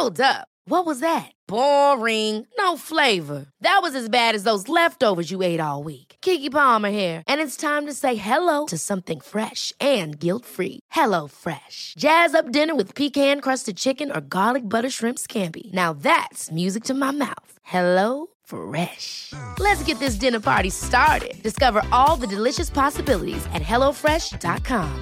Hold up. What was that? Boring. No flavor. That was as bad as those leftovers you ate all week. Keke Palmer here, and it's time to say hello to something fresh and guilt-free. Hello Fresh. Jazz up dinner with pecan-crusted chicken or garlic butter shrimp scampi. Now that's music to my mouth. Hello Fresh. Let's get this dinner party started. Discover all the delicious possibilities at hellofresh.com.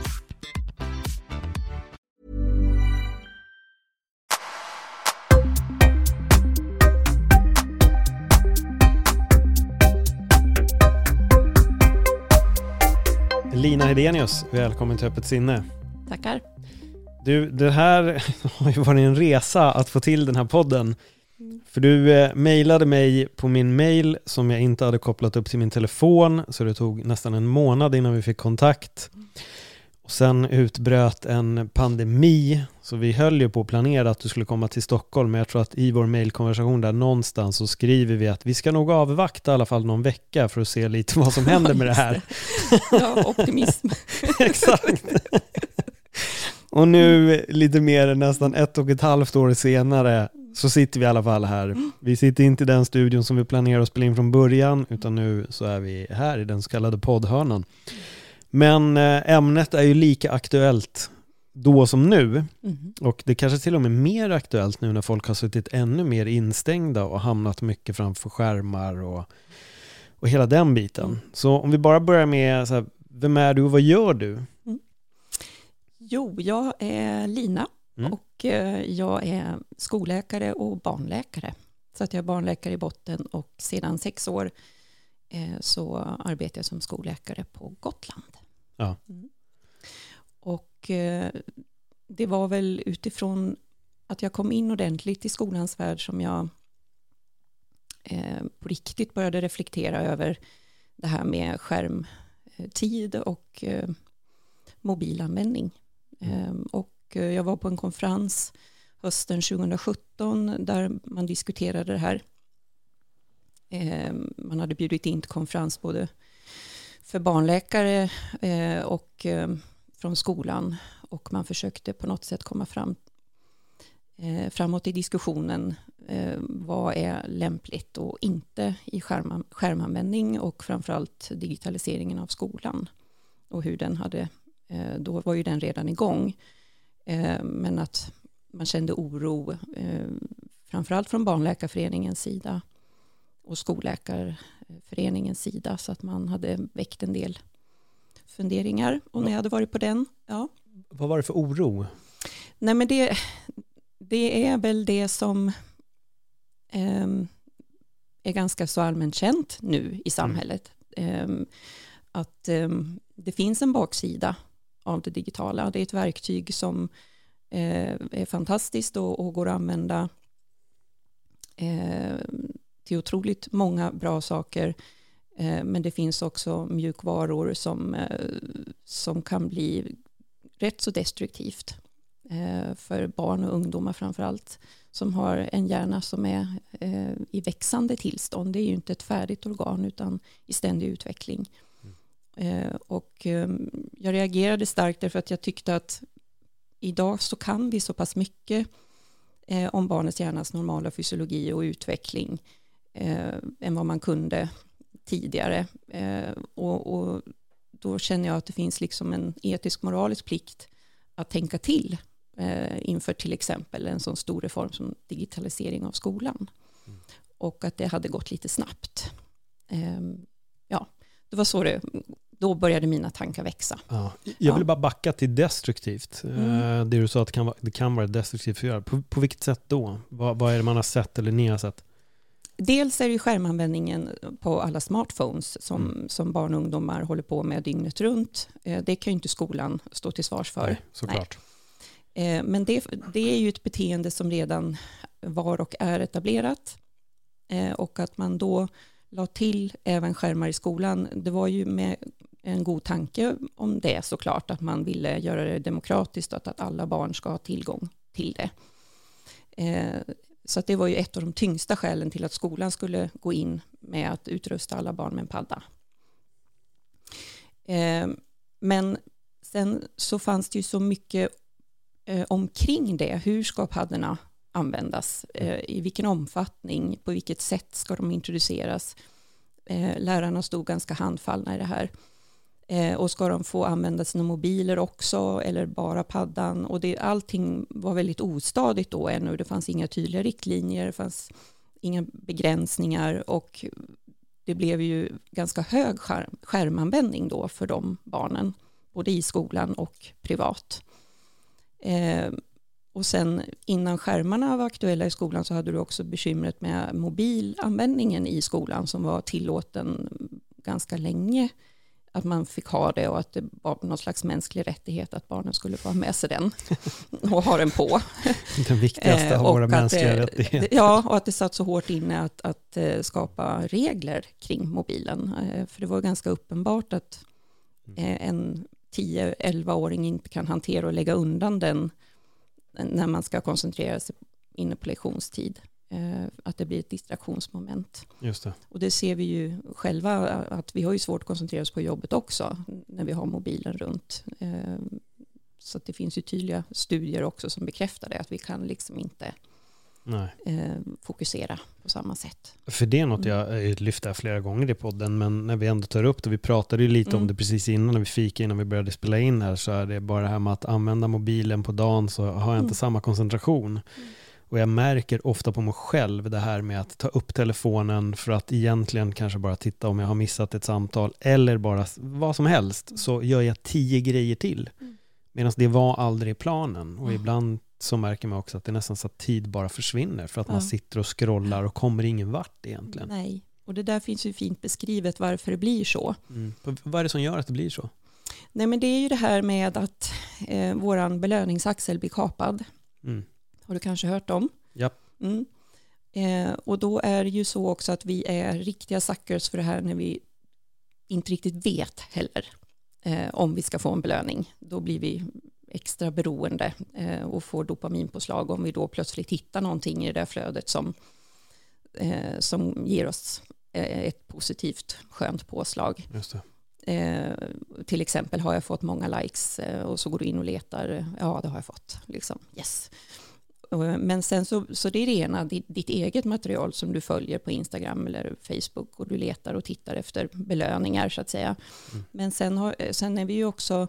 Lina Hedenius, välkommen till Öppet sinne. Tackar. Du, det här har ju varit en resa att få till den här podden. För du mejlade mig på min mejl som jag inte hade kopplat upp till min telefon. Så det tog nästan en månad innan vi fick kontakt. Och sen utbröt en pandemi. Så vi höll ju på att planera att du skulle komma till Stockholm. Men jag tror att i vår mejlkonversation där någonstans så skriver vi att vi ska nog avvakta i alla fall någon vecka för att se lite vad som händer med det här. Ja, optimism. Exakt. Och nu lite mer än nästan 1,5 år senare så sitter vi i alla fall här. Vi sitter inte i den studion som vi planerar att spela in från början, utan nu så är vi här i den så kallade poddhörnan. Men ämnet är ju lika aktuellt då som nu. Och det kanske till och med mer aktuellt nu när folk har suttit ännu mer instängda och hamnat mycket framför skärmar och hela den biten. Så om vi bara börjar med så här, vem är du och vad gör du? Jo, jag är Lina och jag är skolläkare och barnläkare. Så att jag är barnläkare i botten och sedan 6 år så arbetar jag som skolläkare på Gotland. Ja. Och det var väl utifrån att jag kom in ordentligt i skolans värld som jag på riktigt började reflektera över det här med skärmtid och mobilanvändning. Och jag var på en konferens hösten 2017 där man diskuterade det här. Man hade bjudit in till konferens både för barnläkare och från skolan, och man försökte på något sätt komma framåt i diskussionen. Vad är lämpligt och inte i skärmanvändning, och framförallt digitaliseringen av skolan och hur den hade. Då var ju den redan igång, men att man kände oro framförallt från barnläkarföreningens sida och skolläkarföreningens sida, så att man hade väckt en del funderingar. Och när jag hade varit på den, ja. Vad var det för oro? Nej, men det är väl det som är ganska så allmänt känt nu i samhället. Att det finns en baksida av det digitala. Det är ett verktyg som är fantastiskt och går att använda till otroligt många bra saker. Men det finns också mjukvaror som kan bli rätt så destruktivt för barn och ungdomar framförallt, som har en hjärna som är i växande tillstånd. Det är ju inte ett färdigt organ utan i ständig utveckling. Och jag reagerade starkt därför att jag tyckte att idag så kan vi så pass mycket om barnets hjärnas normala fysiologi och utveckling än vad man kunde tidigare. Och då känner jag att det finns liksom en etisk moralisk plikt att tänka till inför till exempel en sån stor reform som digitalisering av skolan. Och att det hade gått lite snabbt. Ja, det var så då började mina tankar växa. Ja. Jag vill bara backa till destruktivt. Det du sa att det kan vara destruktivt för att göra. På vilket sätt då? Vad är det man har sett eller ni har sett? Dels är det skärmanvändningen på alla smartphones som barn och ungdomar håller på med dygnet runt. Det kan ju inte skolan stå till svars för. Nej, såklart. Nej. Men det är ju ett beteende som redan var och är etablerat. Och att man då la till även skärmar i skolan, det var ju med en god tanke om det såklart, att man ville göra det demokratiskt och att alla barn ska ha tillgång till det. Så att det var ju ett av de tyngsta skälen till att skolan skulle gå in med att utrusta alla barn med en padda. Men sen så fanns det ju så mycket omkring det. Hur ska paddorna användas? I vilken omfattning? På vilket sätt ska de introduceras? Lärarna stod ganska handfallna i det här. Och ska de få använda sina mobiler också eller bara paddan? Och allting var väldigt ostadigt då ännu. Det fanns inga tydliga riktlinjer, det fanns inga begränsningar och det blev ju ganska hög skärmanvändning då för de barnen, både i skolan och privat. Och sen innan skärmarna var aktuella i skolan så hade du också bekymret med mobilanvändningen i skolan som var tillåten ganska länge. Att man fick ha det och att det var någon slags mänsklig rättighet att barnen skulle få ha med sig den och ha den på. Den viktigaste av våra mänskliga rättigheter. Ja, och att det satt så hårt inne att skapa regler kring mobilen. För det var ganska uppenbart att en 10-11-åring inte kan hantera och lägga undan den när man ska koncentrera sig inne på lektionstid. Att det blir ett distraktionsmoment. Just det. Och det ser vi ju själva att vi har ju svårt att koncentrera oss på jobbet också när vi har mobilen runt. Så att det finns ju tydliga studier också som bekräftar det, att vi kan liksom inte fokusera på samma sätt. För det är något jag lyfter flera gånger i podden, men när vi ändå tar upp det, vi pratade ju lite om det precis innan när vi fikade, innan vi började spela in här, så är det bara det här med att använda mobilen på dagen så har jag inte samma koncentration. Och jag märker ofta på mig själv det här med att ta upp telefonen för att egentligen kanske bara titta om jag har missat ett samtal eller bara vad som helst, så gör jag 10 grejer till. Medan det var aldrig planen. Och ibland så märker man också att det är nästan så att tid bara försvinner för att man sitter och scrollar och kommer ingen vart egentligen. Nej, och det där finns ju fint beskrivet varför det blir så. Vad är det som gör att det blir så? Nej, men det är ju det här med att våran belöningsaxel blir kapad. Har du kanske hört om? Ja. Och då är det ju så också att vi är riktiga suckers för det här när vi inte riktigt vet heller om vi ska få en belöning. Då blir vi extra beroende och får dopaminpåslag om vi då plötsligt hittar någonting i det där flödet som ger oss ett positivt skönt påslag. Just det. Till exempel har jag fått många likes och så går du in och letar, ja det har jag fått, liksom, yes. Men sen så det är det ena, ditt eget material som du följer på Instagram eller Facebook och du letar och tittar efter belöningar så att säga. Men sen är vi ju också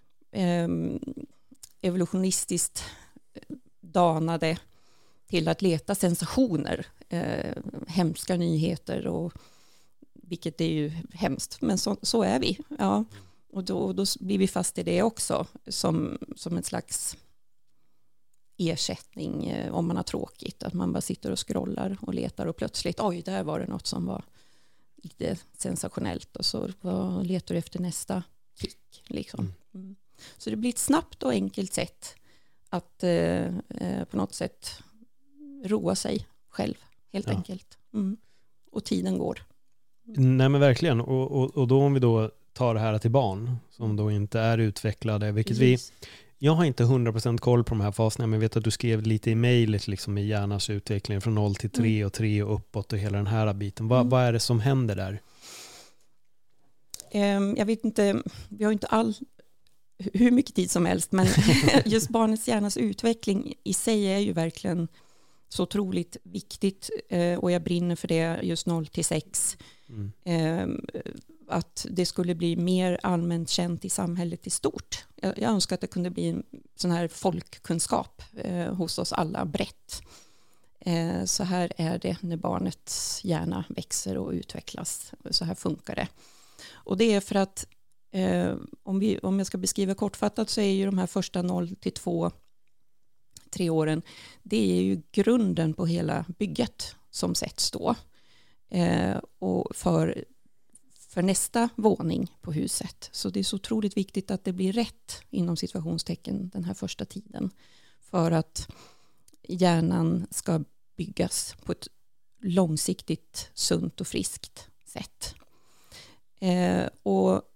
evolutionistiskt danade till att leta sensationer, hemska nyheter, och vilket är ju hemskt, men så är vi. Ja. Och då blir vi fast i det också som en slags ersättning om man har tråkigt, att man bara sitter och scrollar och letar och plötsligt, oj, där var det något som var lite sensationellt och så letar du efter nästa kick liksom. Så det blir ett snabbt och enkelt sätt att på något sätt roa sig själv helt enkelt. Och tiden går. Nej men verkligen, och då om vi då tar det här till barn som då inte är utvecklade, vilket jag har inte 100% koll på de här faserna, men jag vet att du skrev lite i mejlet liksom i hjärnans utveckling från 0 till 3 och 3 och uppåt och hela den här biten. Vad är det som händer där? Jag vet inte, vi har inte hur mycket tid som helst, men just barnets hjärnas utveckling i sig är ju verkligen så otroligt viktigt, och jag brinner för det just 0 till 6. Att det skulle bli mer allmänt känt i samhället i stort. Jag önskar att det kunde bli en sån här folkkunskap hos oss alla brett. Så här är det när barnets hjärna växer och utvecklas. Så här funkar det. Och det är för att om jag ska beskriva kortfattat så är ju de här första 0 till 2-3 åren, det är ju grunden på hela bygget som sätts då. Och för nästa våning på huset. Så det är så otroligt viktigt att det blir rätt inom situationstecken den här första tiden. För att hjärnan ska byggas på ett långsiktigt, sunt och friskt sätt. Och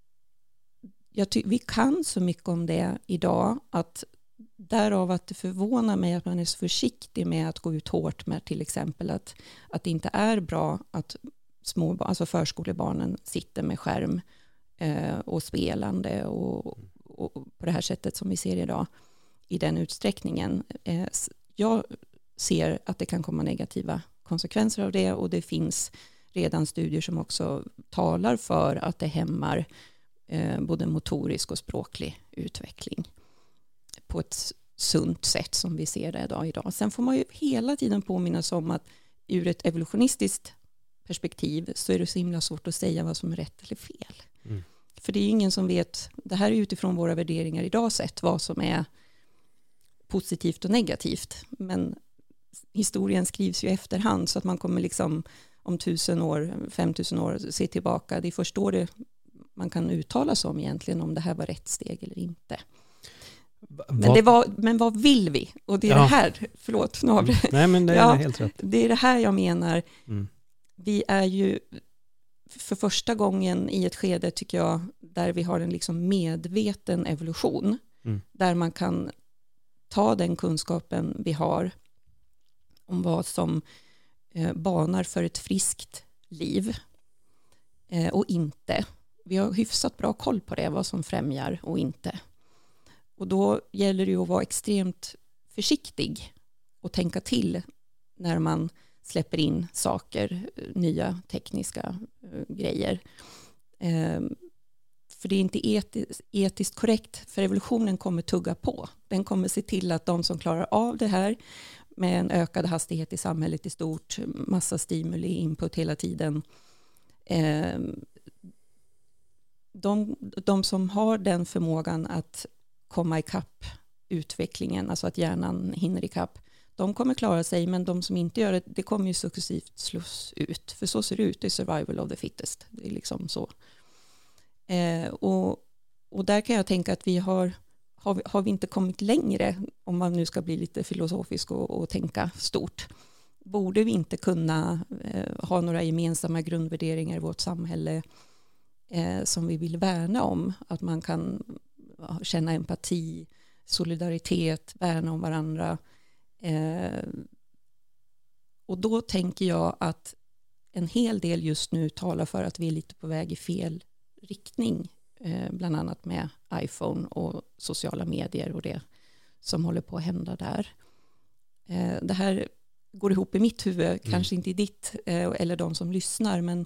vi kan så mycket om det idag att därav att det förvånar mig att man är så försiktig med att gå ut hårt med till exempel att det inte är bra att alltså förskolebarnen sitter med skärm och spelande och på det här sättet som vi ser idag i den utsträckningen. Jag ser att det kan komma negativa konsekvenser av det, och det finns redan studier som också talar för att det hämmar både motorisk och språklig utveckling på ett sunt sätt som vi ser det idag. Sen får man ju hela tiden påminnas om att ur ett evolutionistiskt perspektiv så är det så himla svårt att säga vad som är rätt eller fel. Mm. För det är ju ingen som vet, det här är utifrån våra värderingar idag sett, vad som är positivt och negativt. Men historien skrivs ju efterhand, så att man kommer liksom om 1000 år, 5000 år se tillbaka. Det är först då man kan uttala sig om egentligen om det här var rätt steg eller inte. Men vad vill vi? Och det är det här, förlåt. Nej, men det är helt rätt. Det är det här jag menar. Vi är ju för första gången i ett skede, tycker jag, där vi har en liksom medveten evolution. Där man kan ta den kunskapen vi har om vad som banar för ett friskt liv och inte. Vi har hyfsat bra koll på det, vad som främjar och inte. Och då gäller det ju att vara extremt försiktig och tänka till när man släpper in saker, nya tekniska grejer. För det är inte etiskt korrekt, för evolutionen kommer tugga på. Den kommer se till att de som klarar av det här med en ökad hastighet i samhället i stort, massa stimuli, input hela tiden. De som har den förmågan att komma ikapp utvecklingen, alltså att hjärnan hinner ikapp, de kommer klara sig, men de som inte gör det kommer ju successivt slås ut. För så ser det ut, det är survival of the fittest. Det är liksom så. Och där kan jag tänka att vi har vi inte kommit längre, om man nu ska bli lite filosofisk och tänka stort. Borde vi inte kunna ha några gemensamma grundvärderingar i vårt samhälle som vi vill värna om? Att man kan känna empati, solidaritet, värna om varandra. Och då tänker jag att en hel del just nu talar för att vi är lite på väg i fel riktning, bland annat med iPhone och sociala medier och det som håller på att hända där. Det här går ihop i mitt huvud, kanske inte i ditt eller de som lyssnar, men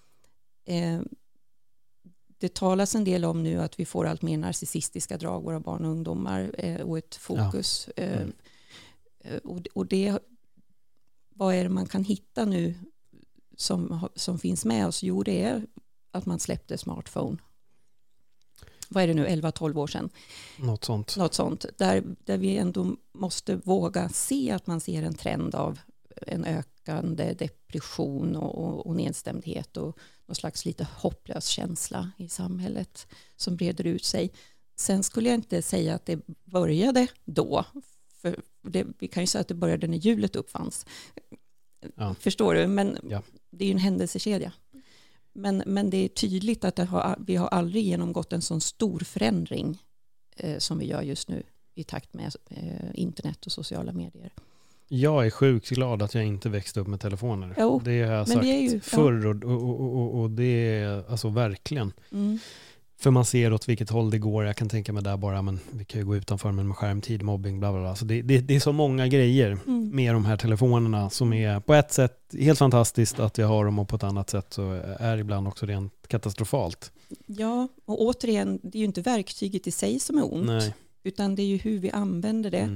det talas en del om nu att vi får allt mer narcissistiska drag, våra barn och ungdomar, och ett fokus. Och det, vad är det man kan hitta nu som finns med oss? Jo, det är att man släppte smartphone. Vad är det nu, 11-12 år sedan? Något sånt. Där vi ändå måste våga se att man ser en trend av en ökande depression och nedstämdhet och någon slags lite hopplös känsla i samhället som breder ut sig. Sen skulle jag inte säga att det började då. För vi kan ju säga att det började när hjulet uppfanns. Ja. Förstår du? Men det är ju en händelsekedja. Men det är tydligt att vi har aldrig genomgått en sån stor förändring som vi gör just nu i takt med internet och sociala medier. Jag är sjukt glad att jag inte växte upp med telefoner. Jo, det har jag sagt förr och det är alltså verkligen. För man ser åt vilket håll det går. Jag kan tänka mig där bara, men vi kan ju gå utanför med skärmtid, mobbing, bla bla bla. Så det är så många grejer med de här telefonerna som är på ett sätt helt fantastiskt att vi har dem, och på ett annat sätt så är ibland också rent katastrofalt. Ja, och återigen, det är ju inte verktyget i sig som är ont. Nej. Utan det är ju hur vi använder det.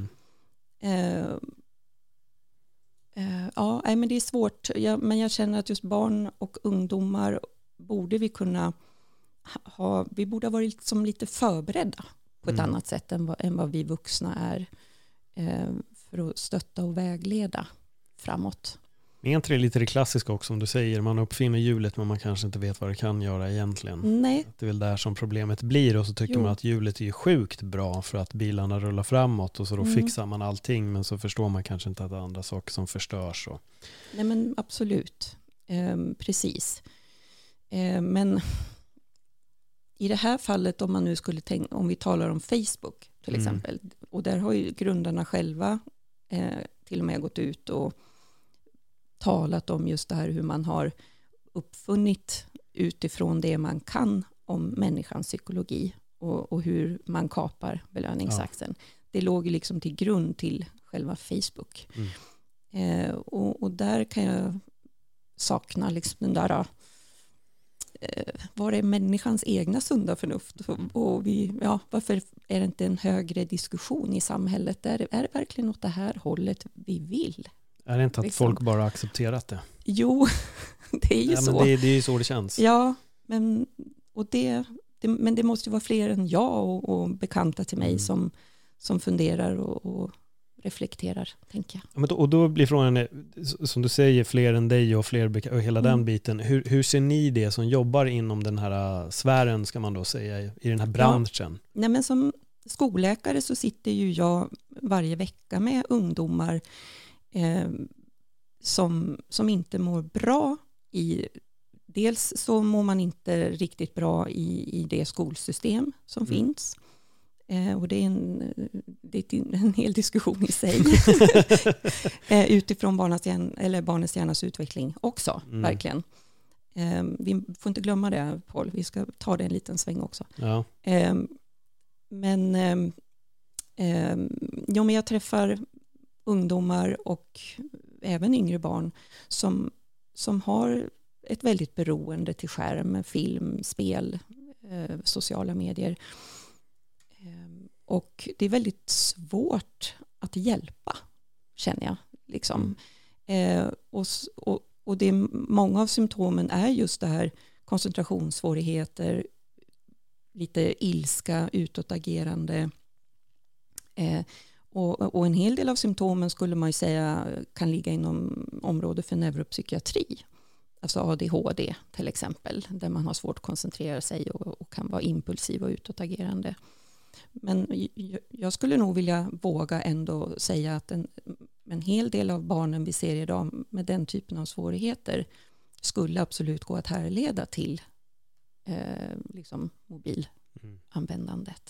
Men det är svårt. Men jag känner att just barn och ungdomar borde vi kunna vi borde ha varit som lite förberedda på ett annat sätt än vad vi vuxna är, för att stötta och vägleda framåt. Är inte det lite det klassiska också, som du säger, man uppfinner hjulet men man kanske inte vet vad det kan göra egentligen? Nej. Det är väl där som problemet blir, och så tycker man att hjulet är sjukt bra för att bilarna rullar framåt, och så då fixar man allting, men så förstår man kanske inte att det är andra saker som förstörs. Nej, men absolut. Precis. Men i det här fallet, om man nu skulle om vi talar om Facebook till exempel, och där har ju grundarna själva till och med gått ut och talat om just det här, hur man har uppfunnit utifrån det man kan om människans psykologi och hur man kapar belöningsaxeln. Det låg ju liksom till grund till själva Facebook. Och där kan jag sakna liksom den där var är människans egna sunda förnuft och varför är det inte en högre diskussion i samhället? Är det verkligen åt det här hållet vi vill? Är det inte att liksom folk bara har accepterat det? Jo, det är ju så. Men det är ju så det känns. Ja, men det måste ju vara fler än jag och bekanta till mig som funderar och reflekterar, tänker jag. Men då blir frågan, som du säger, fler än dig och fler och hela den biten. Hur ser ni det som jobbar inom den här sfären, ska man då säga, i den här branschen? Ja. Nej, men som skolläkare så sitter ju jag varje vecka med ungdomar som inte mår bra i. Dels så mår man inte riktigt bra i det skolsystem som finns. Och det är en hel diskussion i sig. Utifrån barnets hjärnas utveckling också, verkligen. Vi får inte glömma det, Paul. Vi ska ta det en liten sväng också. Ja. Men jag träffar ungdomar och även yngre barn som har ett väldigt beroende till skärm, film, spel, sociala medier. Och det är väldigt svårt att hjälpa, känner jag. Liksom. Och det, många av symptomen är just det här koncentrationssvårigheter, lite ilska, utåtagerande. Och en hel del av symptomen skulle man ju säga kan ligga inom området för neuropsykiatri. Alltså ADHD till exempel, där man har svårt att koncentrera sig och kan vara impulsiv och utåtagerande. Men jag skulle nog vilja våga ändå säga att en hel del av barnen vi ser idag med den typen av svårigheter skulle absolut gå att härleda till liksom mobilanvändandet.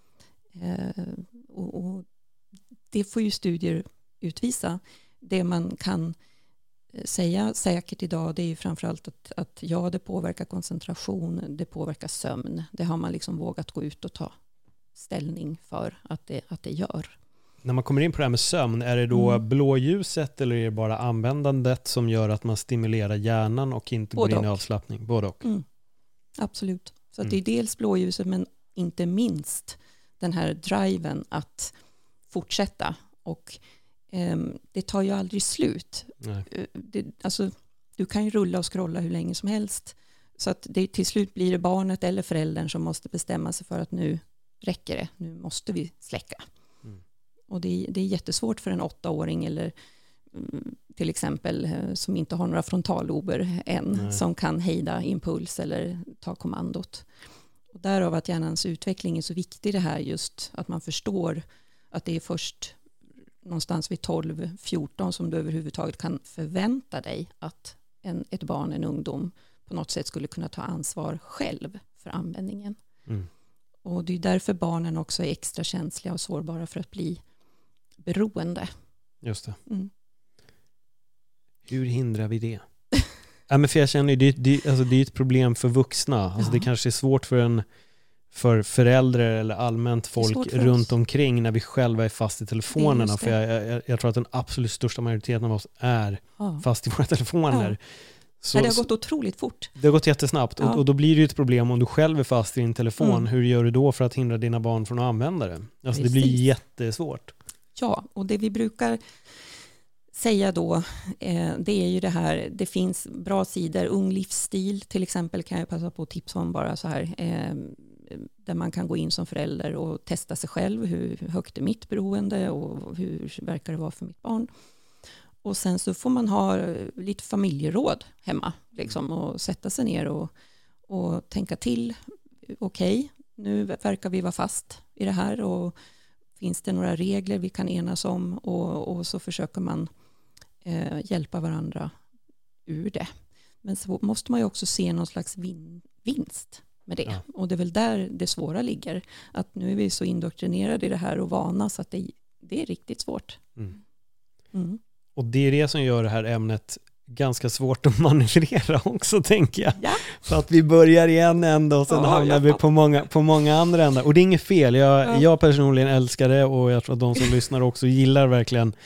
Och det får ju studier utvisa. Det man kan säga säkert idag, det är ju framförallt att det påverkar koncentration, det påverkar sömn. Det har man liksom vågat gå ut och ta ställning för att det gör. När man kommer in på det här med sömn, är det då blåljuset eller är det bara användandet som gör att man stimulerar hjärnan och inte går in i avslappning? Både och. Absolut. Så att det är dels blåljuset, men inte minst den här driven att fortsätta. Och det tar ju aldrig slut. Du kan ju rulla och scrolla hur länge som helst. Så att till slut blir det barnet eller föräldern som måste bestämma sig för att nu räcker det. Nu måste vi släcka. Och det är jättesvårt för en 8-åring eller till exempel som inte har några frontallober än som kan hejda impuls eller ta kommandot. Och därav att hjärnans utveckling är så viktig, det här just att man förstår att det är först någonstans vid 12-14 som du överhuvudtaget kan förvänta dig att ett barn, en ungdom på något sätt skulle kunna ta ansvar själv för användningen. Och det är därför barnen också är extra känsliga och sårbara för att bli beroende. Just det. Hur hindrar vi det? Men för jag känner ju, det är ett problem för vuxna. Alltså det kanske är svårt för föräldrar eller allmänt folk runt omkring när vi själva är fast i telefonerna. För jag tror att den absolut största majoriteten av oss är fast i våra telefoner. Så, det har gått otroligt fort. Det har gått jättesnabbt. Och då blir det ju ett problem om du själv är fast i din telefon. Hur gör du då för att hindra dina barn från att använda det? Alltså det blir jättesvårt. Ja, och det vi brukar säga då, det är ju det här, det finns bra sidor, Ung livsstil till exempel kan jag passa på att tipsa om bara så här, där man kan gå in som förälder och testa sig själv, hur högt är mitt beroende och hur verkar det vara för mitt barn. Och sen så får man ha lite familjeråd hemma liksom, och sätta sig ner och tänka till, okej, nu verkar vi vara fast i det här och finns det några regler vi kan enas om och så försöker man hjälpa varandra ur det. Men så måste man ju också se någon slags vinst med det. Ja. Och det är väl där det svåra ligger. Att nu är vi så indoktrinerade i det här och vana så att det är riktigt svårt. Och det är det som gör det här ämnet ganska svårt att manövrera också, tänker jag. Ja. Så att vi börjar i en ända och sen hamnar vi på många andra ändar. Och det är inget fel. Jag personligen älskar det och jag tror att de som lyssnar också gillar verkligen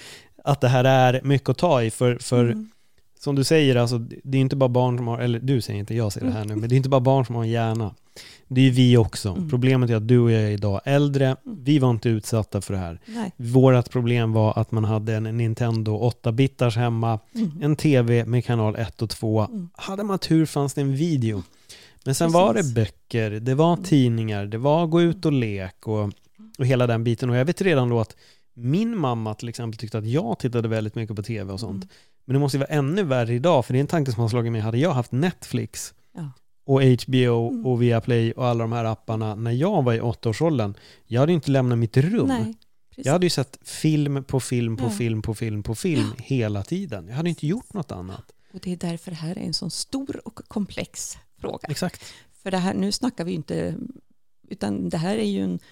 att det här är mycket att ta i för som du säger, alltså, det är inte bara barn som har, eller du säger inte, jag säger det här nu, men det är inte bara barn som har en hjärna. Det är ju vi också. Problemet är att du och jag är idag äldre. Vi var inte utsatta för det här. Vårat problem var att man hade en Nintendo 8-bitars hemma, en tv med kanal 1 och 2. Hade man tur fanns det en video. Men sen var det böcker, det var tidningar, det var gå ut och lek och hela den biten. Och jag vet redan då att min mamma till exempel tyckte att jag tittade väldigt mycket på tv och sånt. Men det måste ju vara ännu värre idag, för det är en tanke som har slagit mig. Hade jag haft Netflix och HBO och Viaplay och alla de här apparna när jag var i 8-årsåldern, jag hade inte lämnat mitt rum. Nej, jag hade ju sett film på film på film på film på film hela tiden. Jag hade inte gjort något annat. Och det är därför det här är en sån stor och komplex fråga. Exakt. För det här, nu snackar vi inte, utan det här är ju en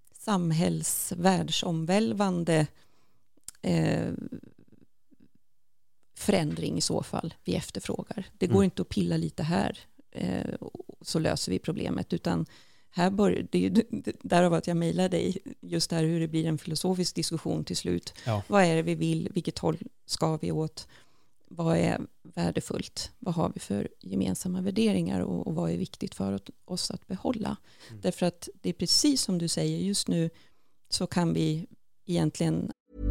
samhällsvärldsomvälvande förändring i så fall vi efterfrågar. Det går inte att pilla lite här så löser vi problemet, utan här börjar det ju därav att jag mejlar dig just där hur det blir en filosofisk diskussion till slut. Vad är det vi vill? Vilket håll ska vi åt? Vad är värdefullt? Vad har vi för gemensamma värderingar och vad är viktigt för oss att behålla? Därför att det är precis som du säger, just nu så kan vi egentligen...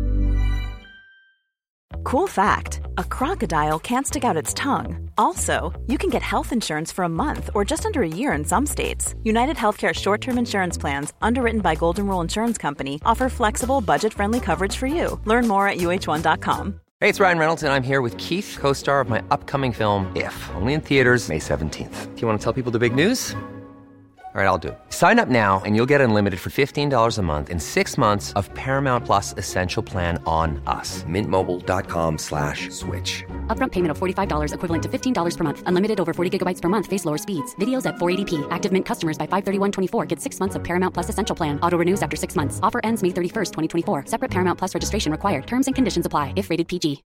Cool fact, a crocodile can't stick out its tongue. Also, you can get health insurance for a month or just under a year in some states. United Healthcare short-term insurance plans, underwritten by Golden Rule Insurance Company, offer flexible, budget-friendly coverage for you. Learn more at uh1.com. Hey, it's Ryan Reynolds, and I'm here with Keith, co-star of my upcoming film, If, only in theaters May 17th. Do you want to tell people the big news? All right, I'll do it. Sign up now and you'll get unlimited for $15 a month and 6 months of Paramount Plus Essential Plan on us. MintMobile.com/switch. Upfront payment of $45 equivalent to $15 per month. Unlimited over 40 gigabytes per month. Face lower speeds. Videos at 480p. Active Mint customers by 531.24 get 6 months of Paramount Plus Essential Plan. Auto renews after 6 months. Offer ends May 31st, 2024. Separate Paramount Plus registration required. Terms and conditions apply if rated PG.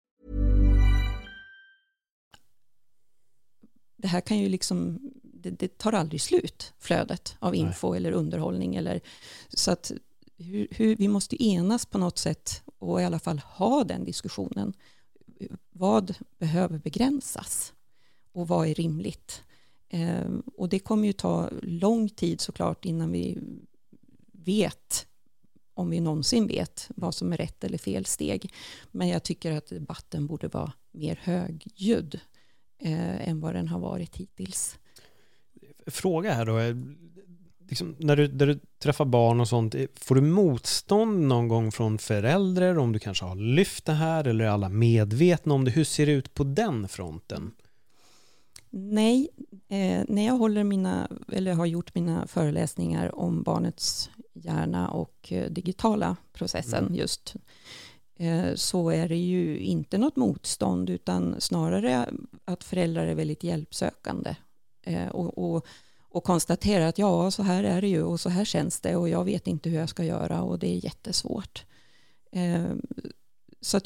Det här kan ju liksom... Det tar aldrig slut, flödet av info eller underhållning. Eller, så att vi måste enas på något sätt och i alla fall ha den diskussionen. Vad behöver begränsas och vad är rimligt? Och det kommer ju ta lång tid såklart innan vi vet, om vi någonsin vet, vad som är rätt eller fel steg. Men jag tycker att debatten borde vara mer högljudd än vad den har varit hittills. Fråga här då, liksom, när du träffar barn och sånt, får du motstånd någon gång från föräldrar om du kanske har lyft det här, eller är alla medvetna om det? Hur ser det ut på den fronten? Nej, när jag har gjort mina föreläsningar om barnets hjärna och digitala processen just, så är det ju inte något motstånd, utan snarare att föräldrar är väldigt hjälpsökande. Och konstatera att ja, så här är det ju och så här känns det och jag vet inte hur jag ska göra och det är jättesvårt. Så att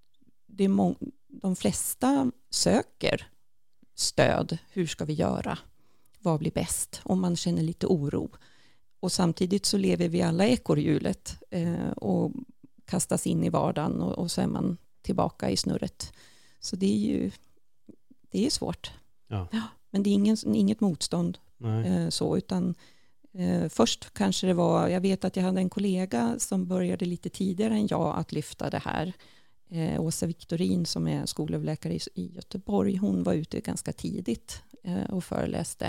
de flesta söker stöd. Hur ska vi göra? Vad blir bäst? Om man känner lite oro. Och samtidigt så lever vi alla i ekorrhjulet och kastas in i vardagen och så är man tillbaka i snurret. Så det är svårt. Ja. Men det är inget motstånd så, utan först kanske det var, jag vet att jag hade en kollega som började lite tidigare än jag att lyfta det här. Åsa Victorin som är skolöverläkare i Göteborg, hon var ute ganska tidigt och föreläste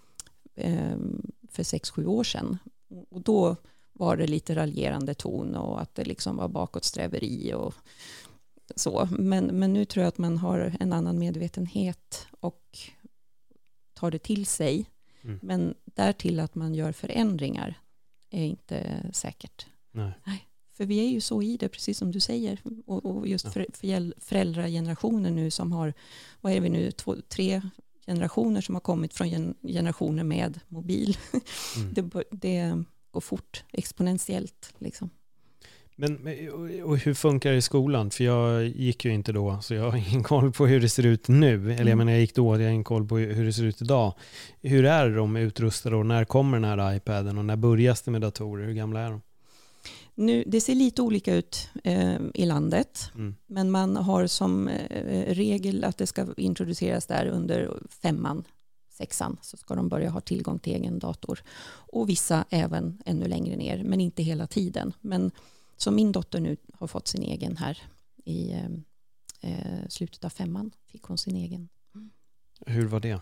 för 6-7 år sedan. Och då var det lite raljerande ton och att det liksom var bakåtsträveri och så. Men nu tror jag att man har en annan medvetenhet och tar det till sig. Men därtill att man gör förändringar är inte säkert. Nej. För vi är ju så i det, precis som du säger. Och just för föräldragenerationer nu som har, vad är vi nu, 2-3 generationer som har kommit från generationer med mobil. Det går fort, exponentiellt liksom. Men och hur funkar det i skolan? För jag gick ju inte då, så jag har ingen koll på hur det ser ut nu. Eller jag menar, jag gick då, jag har ingen koll på hur det ser ut idag. Hur är de utrustade och när kommer den här iPaden och när börjas det med datorer? Hur gamla är de? Det ser lite olika ut i landet, men man har som regel att det ska introduceras där under 5:an, 6:an, så ska de börja ha tillgång till egen dator. Och vissa även ännu längre ner, men inte hela tiden. Men som min dotter nu har fått sin egen här i slutet av 5:an fick hon sin egen. Hur var det?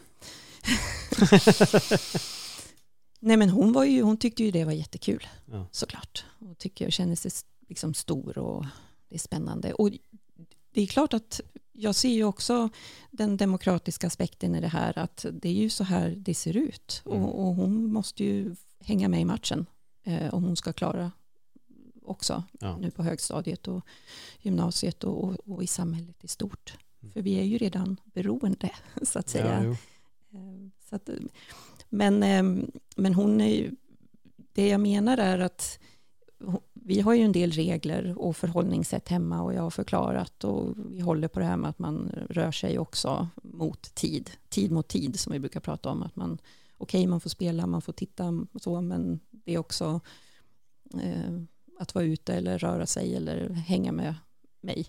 Nej, men hon tyckte ju det var jättekul, såklart. Och känner sig liksom stor och det är spännande. Och det är klart att jag ser ju också den demokratiska aspekten i det här, att det är ju så här det ser ut. Och hon måste ju hänga med i matchen om hon ska klara också nu på högstadiet och gymnasiet och i samhället i stort. För vi är ju redan beroende, så att säga. Så att, men hon är ju, det jag menar är att vi har ju en del regler och förhållningssätt hemma, och jag har förklarat, och vi håller på det här med att man rör sig också mot tid mot tid, som vi brukar prata om, att man man får spela, man får titta och så, men det är också att vara ute eller röra sig eller hänga med mig.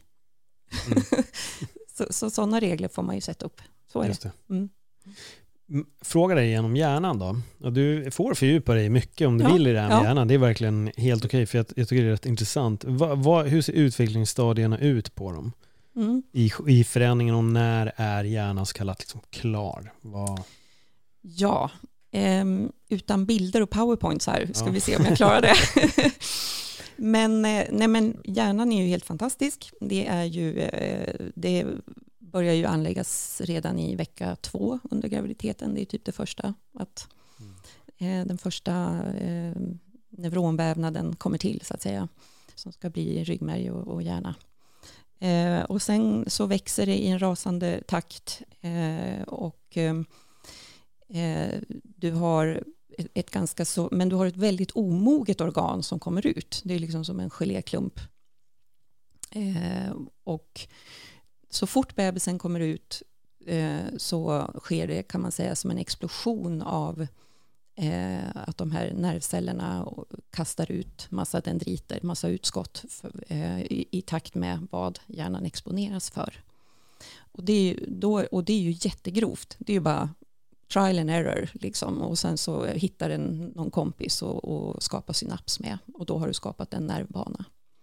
Så sådana regler får man ju sätta upp. Så är det. Fråga dig genom hjärnan då. Och du får fördjupa dig mycket om du vill i det här med hjärnan. Det är verkligen helt okej, för jag tycker det är rätt intressant. Hur ser utvecklingsstadierna ut på dem? I förändringen, och när är hjärnan så kallat liksom klar? Ja, utan bilder och powerpoints här ska vi se om jag klarar det. Men hjärnan är ju helt fantastisk. Det börjar ju anläggas redan i vecka 2 under graviditeten. Det är typ det första. Att den första neuronvävnaden kommer till, så att säga, som ska bli ryggmärg och hjärna. Och sen så växer det i en rasande takt, och du har men du har ett väldigt omoget organ som kommer ut. Det är liksom som en geléklump. Och så fort bebisen kommer ut så sker det, kan man säga, som en explosion av att de här nervcellerna kastar ut massa dendriter, massa utskott i takt med vad hjärnan exponeras för. Och det är ju jättegrovt. Det är ju bara trial and error liksom, och sen så hittar någon kompis och skapar synaps med, och då har du skapat en nervbana.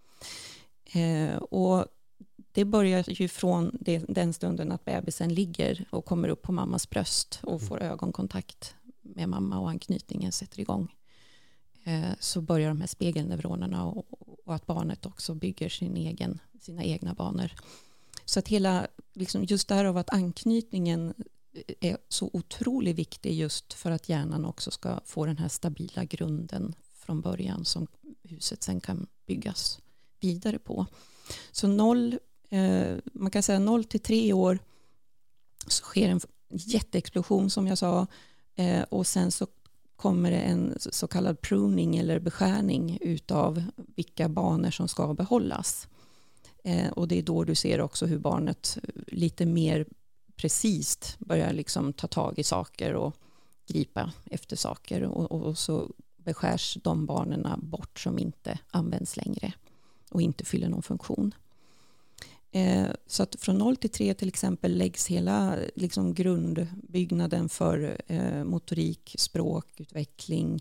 Och det börjar ju från den stunden att bebisen ligger och kommer upp på mammas bröst och får ögonkontakt med mamma och anknytningen sätter igång. Så börjar de här spegelneuronerna och att barnet också bygger sina egna banor. Så att liksom just därav att anknytningen är så otroligt viktig, just för att hjärnan också ska få den här stabila grunden från början som huset sen kan byggas vidare på. Så man kan säga 0 till 3 år så sker en jätteexplosion, som jag sa, och sen så kommer det en så kallad pruning eller beskärning utav vilka banor som ska behållas. Och det är då du ser också hur barnet lite mer precis börjar liksom ta tag i saker och gripa efter saker, och så beskärs de banorna bort som inte används längre och inte fyller någon funktion. Så att från 0 till 3 till exempel läggs hela liksom grundbyggnaden för motorik, språkutveckling,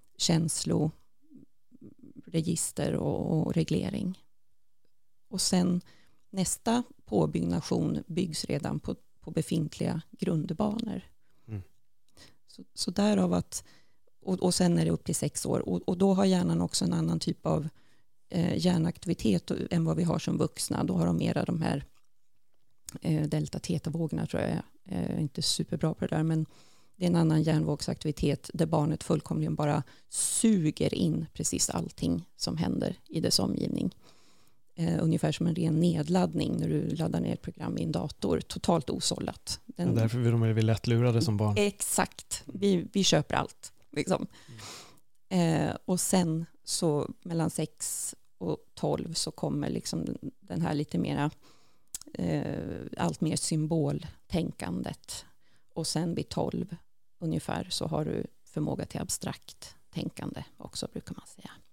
känsloregister och reglering. Och sen nästa påbyggnation byggs redan på befintliga grundbanor. Så därav att, och sen är det upp till 6 år, och då har hjärnan också en annan typ av hjärnaktivitet än vad vi har som vuxna. Då har de mera de här delta-teta-vågorna, tror jag. är inte superbra på det där, men det är en annan hjärnvågsaktivitet där barnet fullkomligen bara suger in precis allting som händer i dess omgivning. Ungefär som en ren nedladdning när du laddar ner ett program i en dator, totalt osållat. Därför är de lättlurade som barn. Exakt, vi köper allt. Liksom. Och sen så mellan 6 och 12 så kommer liksom den här lite mera allt mer symboltänkandet. Och sen vid 12 ungefär så har du förmåga till abstrakt tänkande också, brukar man säga.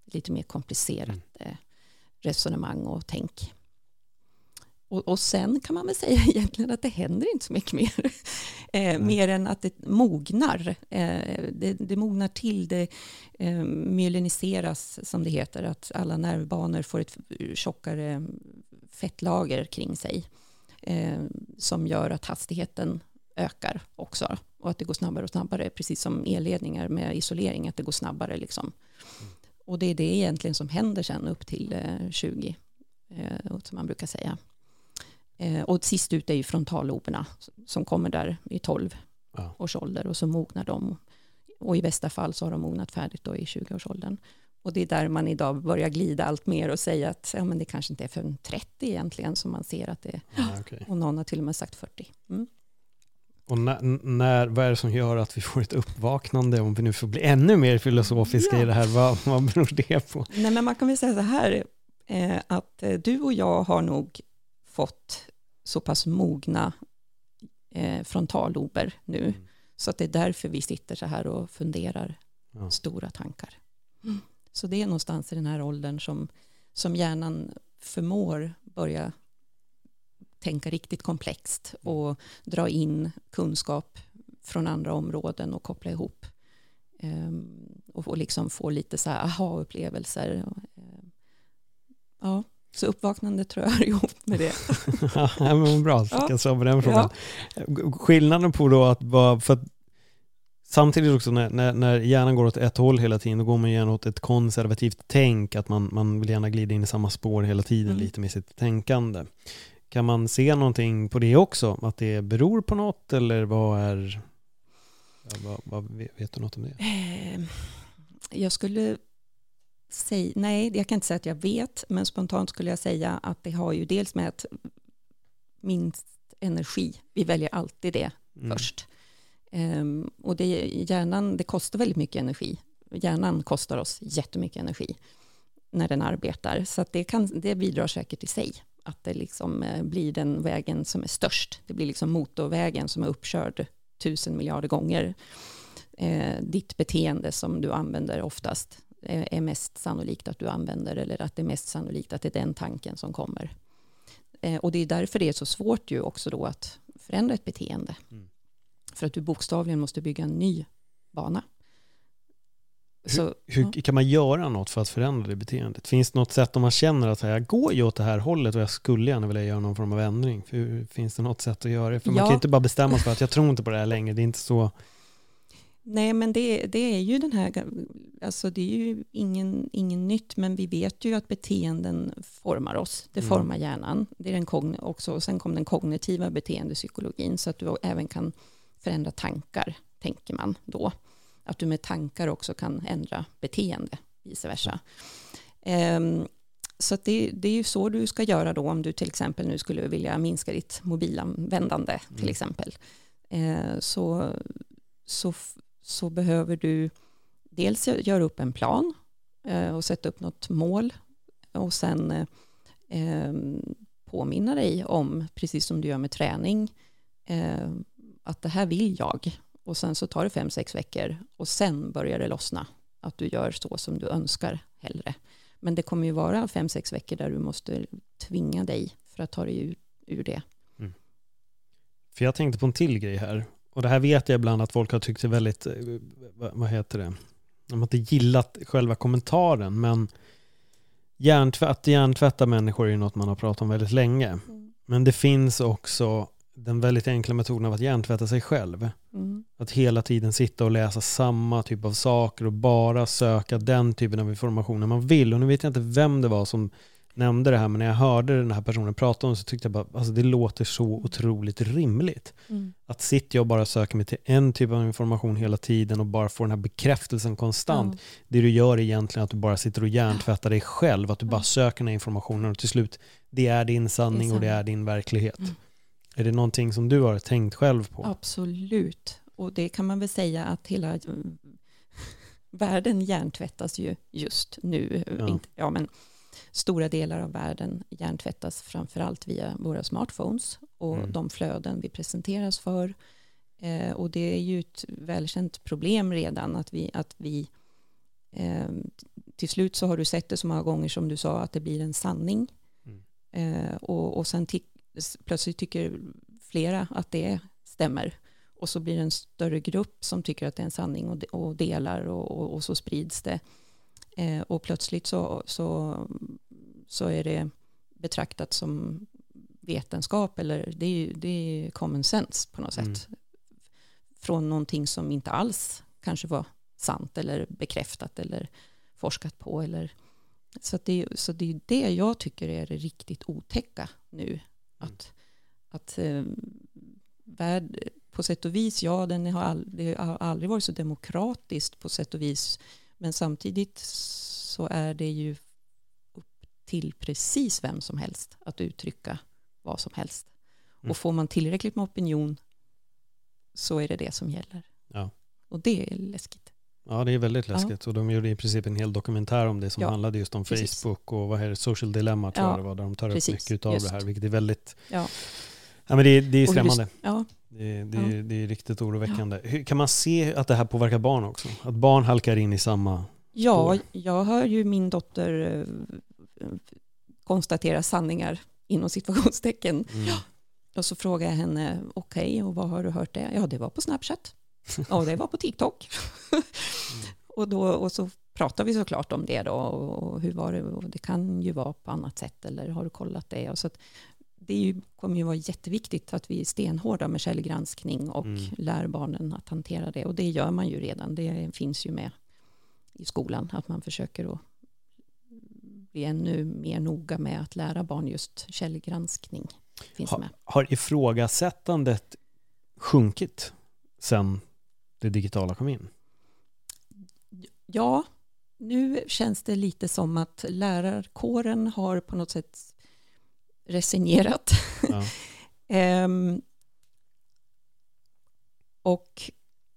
lite mer komplicerat resonemang och tänk. Och sen kan man väl säga egentligen att det händer inte så mycket mer. Mer än att det mognar. Det mognar till, det myeliniseras som det heter. Att alla nervbanor får ett tjockare fettlager kring sig. Som gör att hastigheten ökar också. Och att det går snabbare och snabbare. Precis som elledningar med isolering. Att det går snabbare liksom. Och det är det egentligen som händer sen upp till 20. Som man brukar säga. Och sist ut är ju frontalloberna som kommer där i 12 års ålder och så mognar de. Och i bästa fall så har de mognat färdigt då i 20-årsåldern. Och det är där man idag börjar glida allt mer och säga att men det kanske inte är för 30 egentligen som man ser att det är. Okay. Och någon har till och med sagt 40. Mm. Och vad är det som gör att vi får ett uppvaknande, om vi nu får bli ännu mer filosofiska i det här? Vad beror det på? Nej, men man kan väl säga så här att du och jag har nog fått så pass mogna frontallober nu. Så att det är därför vi sitter så här och funderar stora tankar. Så det är någonstans i den här åldern som hjärnan förmår börja tänka riktigt komplext och dra in kunskap från andra områden och koppla ihop. Och liksom få lite så här aha-upplevelser. Ja. Så uppvaknande tror jag är ihop med det. Ja, men bra, så kan svara på den frågan. Ja. Skillnaden på då att vara, för att samtidigt också när hjärnan går åt ett håll hela tiden, då går man gärna åt ett konservativt tänk, att man vill gärna glida in i samma spår hela tiden lite med sitt tänkande. Kan man se någonting på det också? Att det beror på något, eller vad vet du något om det? Jag skulle säga, nej, jag kan inte säga att jag vet, men spontant skulle jag säga att det har ju dels med att minst energi, vi väljer alltid det först. Och hjärnan, det kostar väldigt mycket energi. Hjärnan kostar oss jättemycket energi när den arbetar, så att det bidrar säkert i sig. Att det liksom blir den vägen som är störst. Det blir liksom motorvägen som är uppkörd 1000 miljarder gånger. Ditt beteende som du använder oftast är mest sannolikt att du använder, eller att det är mest sannolikt att det är den tanken som kommer. Och det är därför det är så svårt ju också då att förändra ett beteende. För att du bokstavligen måste bygga en ny bana. Hur kan man göra något för att förändra det beteendet? Finns det något sätt om man känner att jag går ju åt det här hållet och jag skulle gärna vilja göra någon form av ändring? Finns det något sätt att göra det? För man kan ju inte bara bestämma sig för att jag tror inte på det här längre. Det är inte så... Nej, men det är ju den här, alltså det är ju ingen nytt, men vi vet ju att beteenden formar oss. Det formar hjärnan. Det är den också, och sen kom den kognitiva beteendepsykologin, så att du även kan förändra tankar, tänker man då. Att du med tankar också kan ändra beteende, vice versa. Så att det är ju så du ska göra då, om du till exempel nu skulle vilja minska ditt mobilanvändande till exempel. Så behöver du dels göra upp en plan och sätta upp något mål, och sen påminna dig om, precis som du gör med träning, att det här vill jag. Och sen så tar det 5-6 veckor och sen börjar det lossna, att du gör så som du önskar hellre. Men det kommer ju vara 5-6 veckor där du måste tvinga dig för att ta dig ur det. För jag tänkte på en till grej här. Och det här vet jag ibland att folk har tyckt är väldigt, vad heter det? De har inte gillat själva kommentaren, men hjärntvätta människor är ju något man har pratat om väldigt länge. Men det finns också den väldigt enkla metoden av att hjärntvätta sig själv. Att hela tiden sitta och läsa samma typ av saker och bara söka den typen av information man vill. Och nu vet jag inte vem det var som nämnde det här, men när jag hörde den här personen prata om, så tyckte jag bara, alltså det låter så otroligt rimligt. Att sitta och bara söka mig till en typ av information hela tiden och bara få den här bekräftelsen konstant. Det du gör är egentligen att du bara sitter och hjärntvättar dig själv, att du bara söker den här informationen och till slut, det är din sanning och det är din verklighet. Är det någonting som du har tänkt själv på? Absolut. Och det kan man väl säga att hela världen hjärntvättas ju just nu. Men stora delar av världen hjärntvättas framförallt via våra smartphones och de flöden vi presenteras för. Och det är ju ett välkänt problem redan att vi till slut så har du sett det så många gånger som du sa att det blir en sanning. Och sen plötsligt tycker flera att det stämmer. Och så blir det en större grupp som tycker att det är en sanning och delar och så sprids det. Och plötsligt så är det betraktat som vetenskap, eller det är common sense på något sätt. Från någonting som inte alls kanske var sant eller bekräftat eller forskat på. Så det är det jag tycker är det riktigt otäcka nu. Att värld på sätt och vis, ja, det har aldrig varit så demokratiskt på sätt och vis, men samtidigt så är det ju upp till precis vem som helst att uttrycka vad som helst. Och får man tillräckligt med opinion så är det som gäller. Ja. Och det är läskigt. Ja, det är väldigt läskigt. Och de gjorde i princip en hel dokumentär om det som handlade just om Facebook och vad är det, Social Dilemma tror jag det var, där de tar upp mycket av det här, vilket är väldigt... Ja, men det är skrämmande. Det är riktigt oroväckande. Hur kan man se att det här påverkar barn också? Att barn halkar in i samma spår? Jag hör ju min dotter konstatera sanningar inom situationstecken. Och så frågar jag henne, okej, och vad har du hört det? Ja, det var på Snapchat. Ja, det var på TikTok. Och så pratar vi såklart om det då. Och hur var det? Och det kan ju vara på annat sätt. Eller har du kollat det? Och så att det kommer ju vara jätteviktigt att vi är stenhårda med källgranskning och lär barnen att hantera det. Och det gör man ju redan. Det finns ju med i skolan. Att man försöker att bli ännu mer noga med att lära barn just källgranskning. Har ifrågasättandet sjunkit sen det digitala kom in? Ja, nu känns det lite som att lärarkåren har på något sätt resignerat. Ja. Och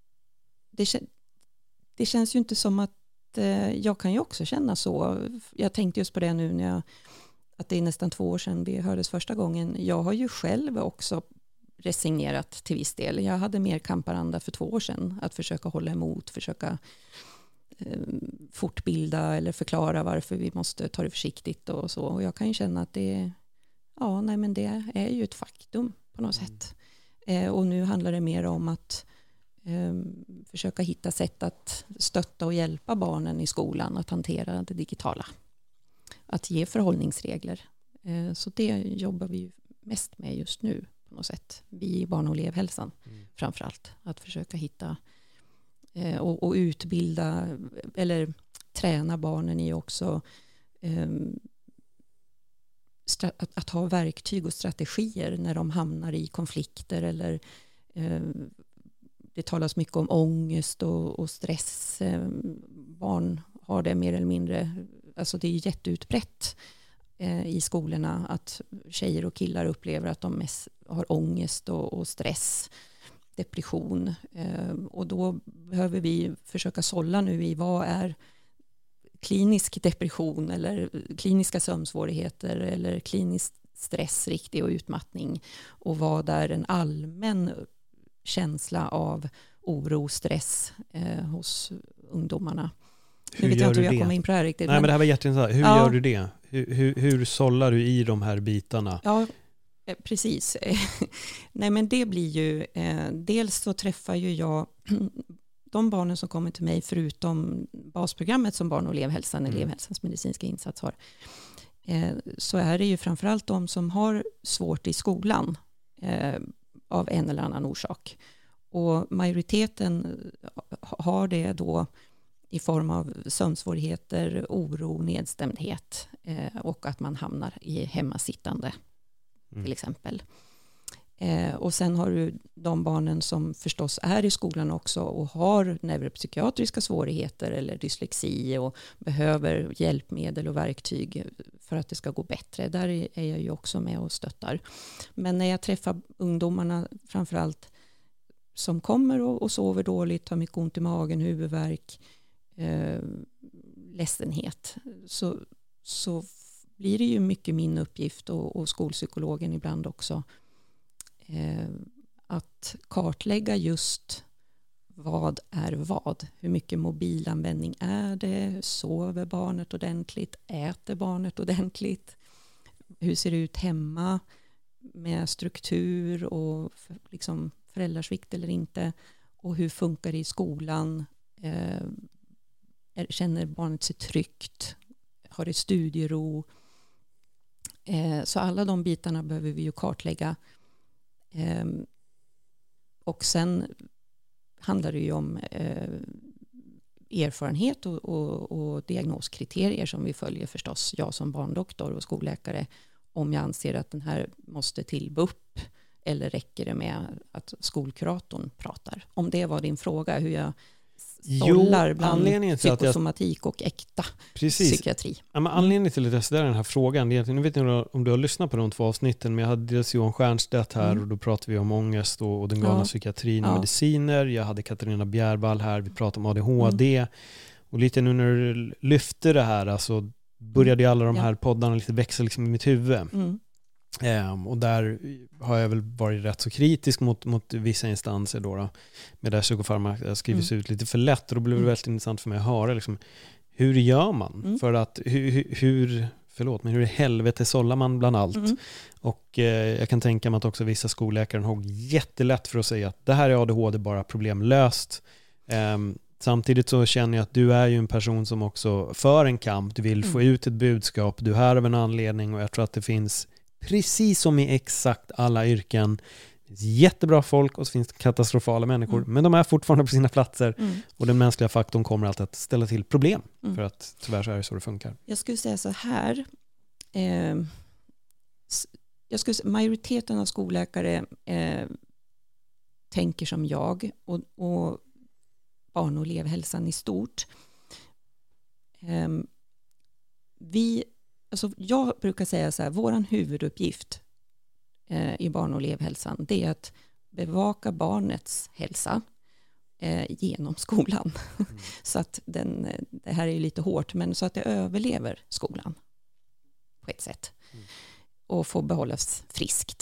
det känns ju inte som att jag kan ju också känna så. Jag tänkte just på det nu att det är nästan 2 år sedan vi hördes första gången. Jag har ju själv också resignerat till viss del. Jag hade mer kamparanda för 2 år sedan. Att försöka hålla emot, försöka fortbilda eller förklara varför vi måste ta det försiktigt och så. Och jag kan ju känna att det är ju ett faktum på något sätt. Och nu handlar det mer om att försöka hitta sätt att stötta och hjälpa barnen i skolan att hantera det digitala. Att ge förhållningsregler. Så det jobbar vi mest med just nu på något sätt. Vi i barn- och elevhälsan framförallt. Att försöka hitta och utbilda eller träna barnen i också att ha verktyg och strategier när de hamnar i konflikter eller det talas mycket om ångest och stress. Barn har det mer eller mindre, alltså det är jätteutbrett i skolorna att tjejer och killar upplever att de mest har ångest och stress, depression. Och då behöver vi försöka sålla nu i vad är klinisk depression eller kliniska sömnsvårigheter eller klinisk stress, riktig och utmattning, och vad är en allmän känsla av oro, stress hos ungdomarna. Hur gör du det? Jag kommer in på det här riktigt. Nej, men det här var jätteintressant. Hur gör du det? Hur sållar du i de här bitarna? Ja, precis. Nej, men det blir ju dels så träffar ju jag de barnen som kommer till mig förutom basprogrammet som barn- och elevhälsan, elevhälsans medicinska insats har. Så är det ju framförallt de som har svårt i skolan av en eller annan orsak. Och majoriteten har det då i form av sömnsvårigheter, oro, nedstämdhet och att man hamnar i hemmasittande till exempel. Och sen har du de barnen som förstås är i skolan också och har neuropsykiatriska svårigheter eller dyslexi och behöver hjälpmedel och verktyg för att det ska gå bättre. Där är jag ju också med och stöttar. Men när jag träffar ungdomarna framförallt som kommer och sover dåligt, har mycket ont i magen, huvudvärk, ledsenhet, så blir det ju mycket min uppgift och skolpsykologen ibland också att kartlägga just vad är vad? Hur mycket mobilanvändning är det? Sover barnet ordentligt? Äter barnet ordentligt? Hur ser det ut hemma med struktur och liksom föräldrasvikt eller inte? Och hur funkar det i skolan? Känner barnet sig tryggt? Har det studiero? Så alla de bitarna behöver vi ju kartlägga. Och sen handlar det ju om erfarenhet och diagnoskriterier som vi följer förstås. Jag som barndoktor och skolläkare, om jag anser att den här måste till BUP, eller räcker det med att skolkuratorn pratar? Om det var din fråga, hur jag sållar bland psykosomatik och äkta psykiatri. Ja, men anledningen till att jag ställer den här frågan, jag vet inte om du har lyssnat på de 2 avsnitten, men jag hade dels Johan Stiernstedt här och då pratade vi om ångest och den galna psykiatrin och mediciner. Jag hade Katarina Bjärvall här, vi pratade om ADHD. Och lite nu när du lyfter det här, alltså började ju alla de här poddarna lite växa liksom i mitt huvud. Och där har jag väl varit rätt så kritisk mot vissa instanser då med där psykofarmaka skrivs ut lite för lätt, och då blev det väldigt intressant för mig att höra liksom, hur gör man för att hur i helvete sållar man bland allt. Och jag kan tänka mig att också vissa skolläkare har jättelätt för att säga att det här är ADHD, bara problemlöst. Samtidigt så känner jag att du är ju en person som också för en kamp, du vill få ut ett budskap, du är här av en anledning, och jag tror att det finns, precis som i exakt alla yrken, det finns jättebra folk och så finns det katastrofala människor, men de är fortfarande på sina platser och den mänskliga faktorn kommer alltid att ställa till problem, för att tyvärr så är det så det funkar. Jag skulle säga så här, majoriteten av skolläkare tänker som jag, och barn- och elevhälsan i stort. Jag brukar säga så här, våran huvuduppgift i barn- och elevhälsan, det är att bevaka barnets hälsa genom skolan. Så att det här är ju lite hårt, men så att det överlever skolan på ett sätt och får behållas friskt.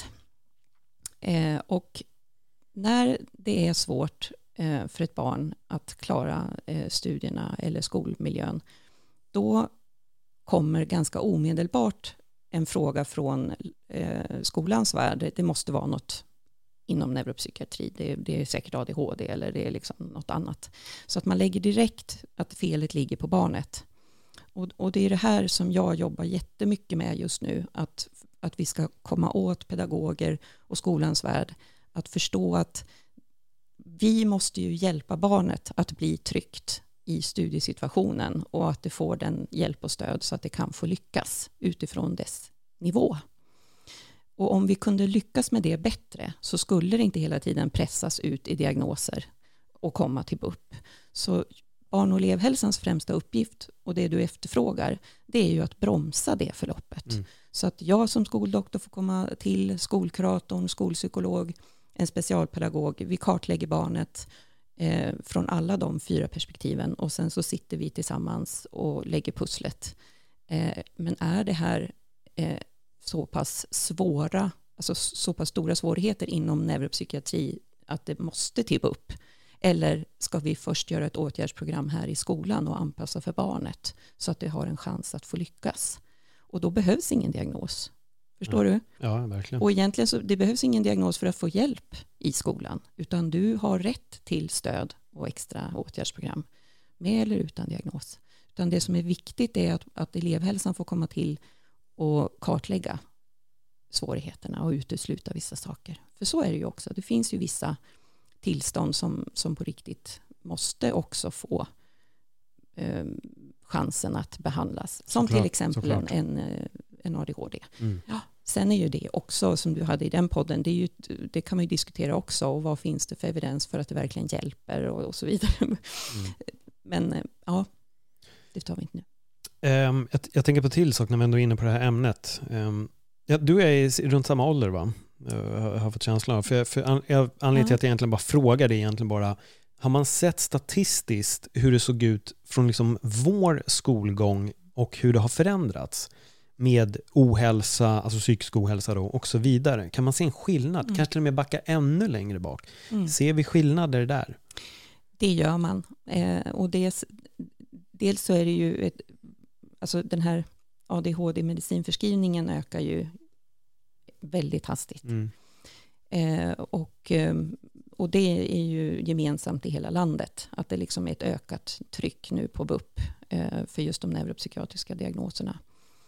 Och när det är svårt för ett barn att klara studierna eller skolmiljön, då kommer ganska omedelbart en fråga från skolans värld. Det måste vara något inom neuropsykiatri. Det är säkert ADHD eller det är liksom något annat. Så att man lägger direkt att felet ligger på barnet. Och det är det här som jag jobbar jättemycket med just nu. Att vi ska komma åt pedagoger och skolans värld. Att förstå att vi måste ju hjälpa barnet att bli tryggt i studiesituationen och att det får den hjälp och stöd så att det kan få lyckas utifrån dess nivå. Och om vi kunde lyckas med det bättre så skulle det inte hela tiden pressas ut i diagnoser och komma till BUP. Så barn- och elevhälsans främsta uppgift och det du efterfrågar, det är ju att bromsa det förloppet. Så att jag som skoldoktor får komma till, skolkuratorn, skolpsykolog, en specialpedagog, vi kartlägger barnet från alla de 4 perspektiven och sen så sitter vi tillsammans och lägger pusslet. Men är det här så pass svåra, alltså så pass stora svårigheter inom neuropsykiatri att det måste till upp? Eller ska vi först göra ett åtgärdsprogram här i skolan och anpassa för barnet så att det har en chans att få lyckas? Och då behövs ingen diagnos. Förstår du? Ja, verkligen. Och egentligen så det behövs ingen diagnos för att få hjälp i skolan, utan du har rätt till stöd och extra åtgärdsprogram med eller utan diagnos. Utan det som är viktigt är att elevhälsan får komma till och kartlägga svårigheterna och utesluta vissa saker. För så är det ju också. Det finns ju vissa tillstånd som på riktigt måste också få chansen att behandlas. Som till exempel en ADHD. Ja, sen är ju det också, som du hade i den podden, det kan man ju diskutera också. Och vad finns det för evidens för att det verkligen hjälper och så vidare. Men ja, det tar vi inte nu. Jag tänker på till sak när vi ändå är inne på det här ämnet. Du är runt samma ålder, va? Jag har fått känslan av. För anledningen till att jag egentligen bara frågar det är egentligen bara, har man sett statistiskt hur det såg ut från liksom vår skolgång och hur det har förändrats med ohälsa, alltså psykisk ohälsa då, och så vidare? Kan man se en skillnad? Kanske till och med backa ännu längre bak. Ser vi skillnader där? Det gör man. Och dels så är det ju alltså den här ADHD-medicinförskrivningen ökar ju väldigt hastigt. Och det är ju gemensamt i hela landet. Att det liksom är ett ökat tryck nu på BUP för just de neuropsykiatriska diagnoserna.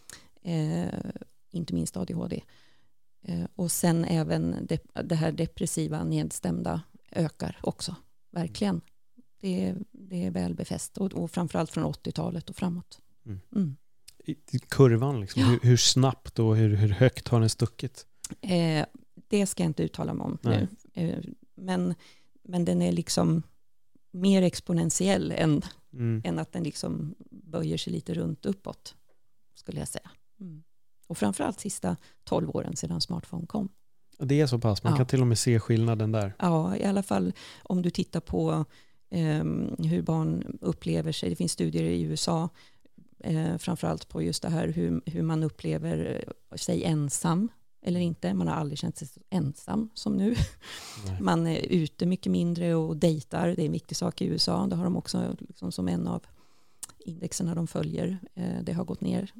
Inte minst ADHD. Och sen även det här depressiva nedstämda ökar också. Verkligen. Det är väl befäst. Och framförallt från 80-talet och framåt. I kurvan liksom, hur snabbt och hur högt har den stuckit? Det ska jag inte uttala mig om nu. Men den är liksom mer exponentiell än att den liksom böjer sig lite runt uppåt, skulle jag säga. Och framförallt sista 12 åren sedan smartphone kom. Det är så pass, man kan till och med se skillnaden där. Ja, i alla fall om du tittar på hur barn upplever sig. Det finns studier i USA framförallt på just det här hur man upplever sig ensam eller inte. Man har aldrig känt sig så ensam som nu. Nej. Man är ute mycket mindre och dejtar. Det är en viktig sak i USA. Det har de också liksom som en av indexerna de följer. Det har gått ner.